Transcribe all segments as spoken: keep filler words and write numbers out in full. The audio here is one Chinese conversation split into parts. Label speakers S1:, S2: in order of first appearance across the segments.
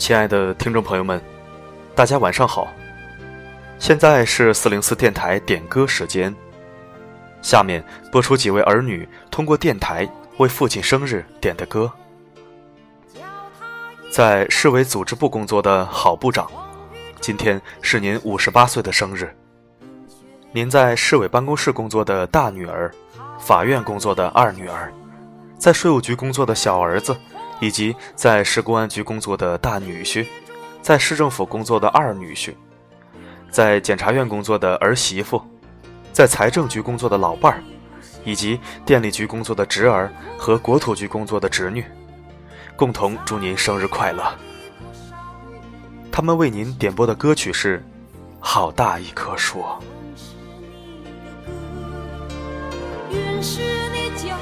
S1: 亲爱的听众朋友们，大家晚上好。现在是四零四电台点歌时间，下面播出几位儿女通过电台为父亲生日点的歌。在市委组织部工作的郝部长，今天是您五十八岁的生日。您在市委办公室工作的大女儿，法院工作的二女儿，在税务局工作的小儿子，以及在市公安局工作的大女婿，在市政府工作的二女婿，在检察院工作的儿媳妇，在财政局工作的老伴儿，以及电力局工作的侄儿和国土局工作的侄女，共同祝您生日快乐。他们为您点播的歌曲是《好大一棵树》。
S2: 允许你脚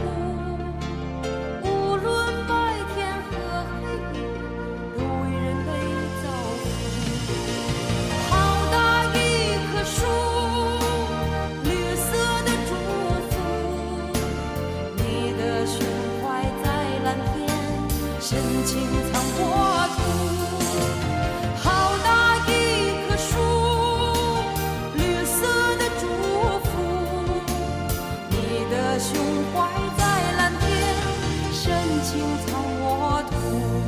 S2: 步，无论白天和黑夜，都为人类造福。好大一棵树，绿色的祝福，你的胸怀在蓝天，深情藏国土。好大一棵树，绿色的祝福，你的胸怀在蓝天，深情藏我土。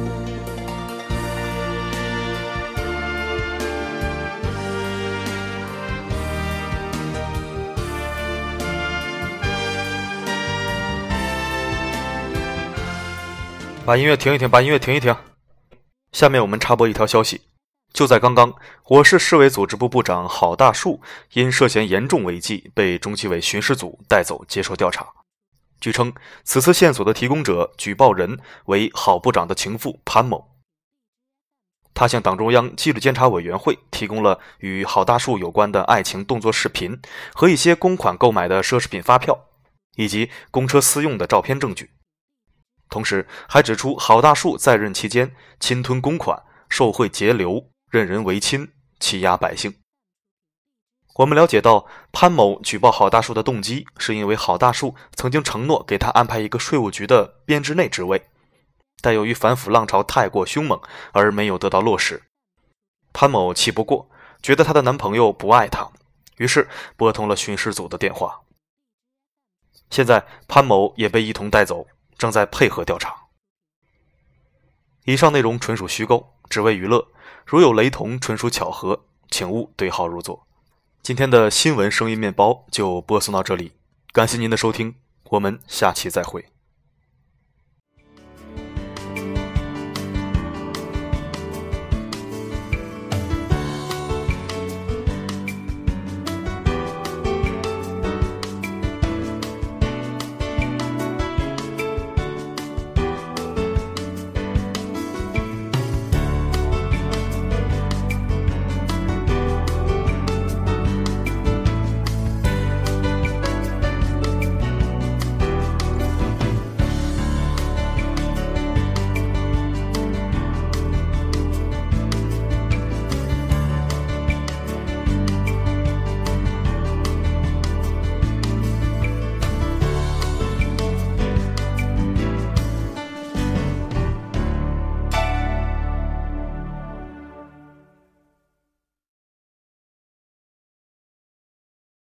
S1: 把音乐停一停，把音乐停一停。下面我们插播一条消息，就在刚刚，我市市委组织部部长郝大树因涉嫌严重违纪被中纪委巡视组带走接受调查。据称，此次线索的提供者、举报人为郝部长的情妇潘某。他向党中央纪律监察委员会提供了与郝大树有关的爱情动作视频和一些公款购买的奢侈品发票，以及公车私用的照片证据。同时还指出郝大树在任期间侵吞公款、受贿节流、任人唯亲、欺压百姓。我们了解到，潘某举报郝大树的动机是因为郝大树曾经承诺给他安排一个税务局的编制内职位，但由于反腐浪潮太过凶猛而没有得到落实。潘某气不过，觉得她的男朋友不爱她，于是拨通了巡视组的电话。现在潘某也被一同带走，正在配合调查。以上内容纯属虚构，只为娱乐，如有雷同，纯属巧合，请勿对号入座。今天的新闻声音面包就播送到这里，感谢您的收听，我们下期再会。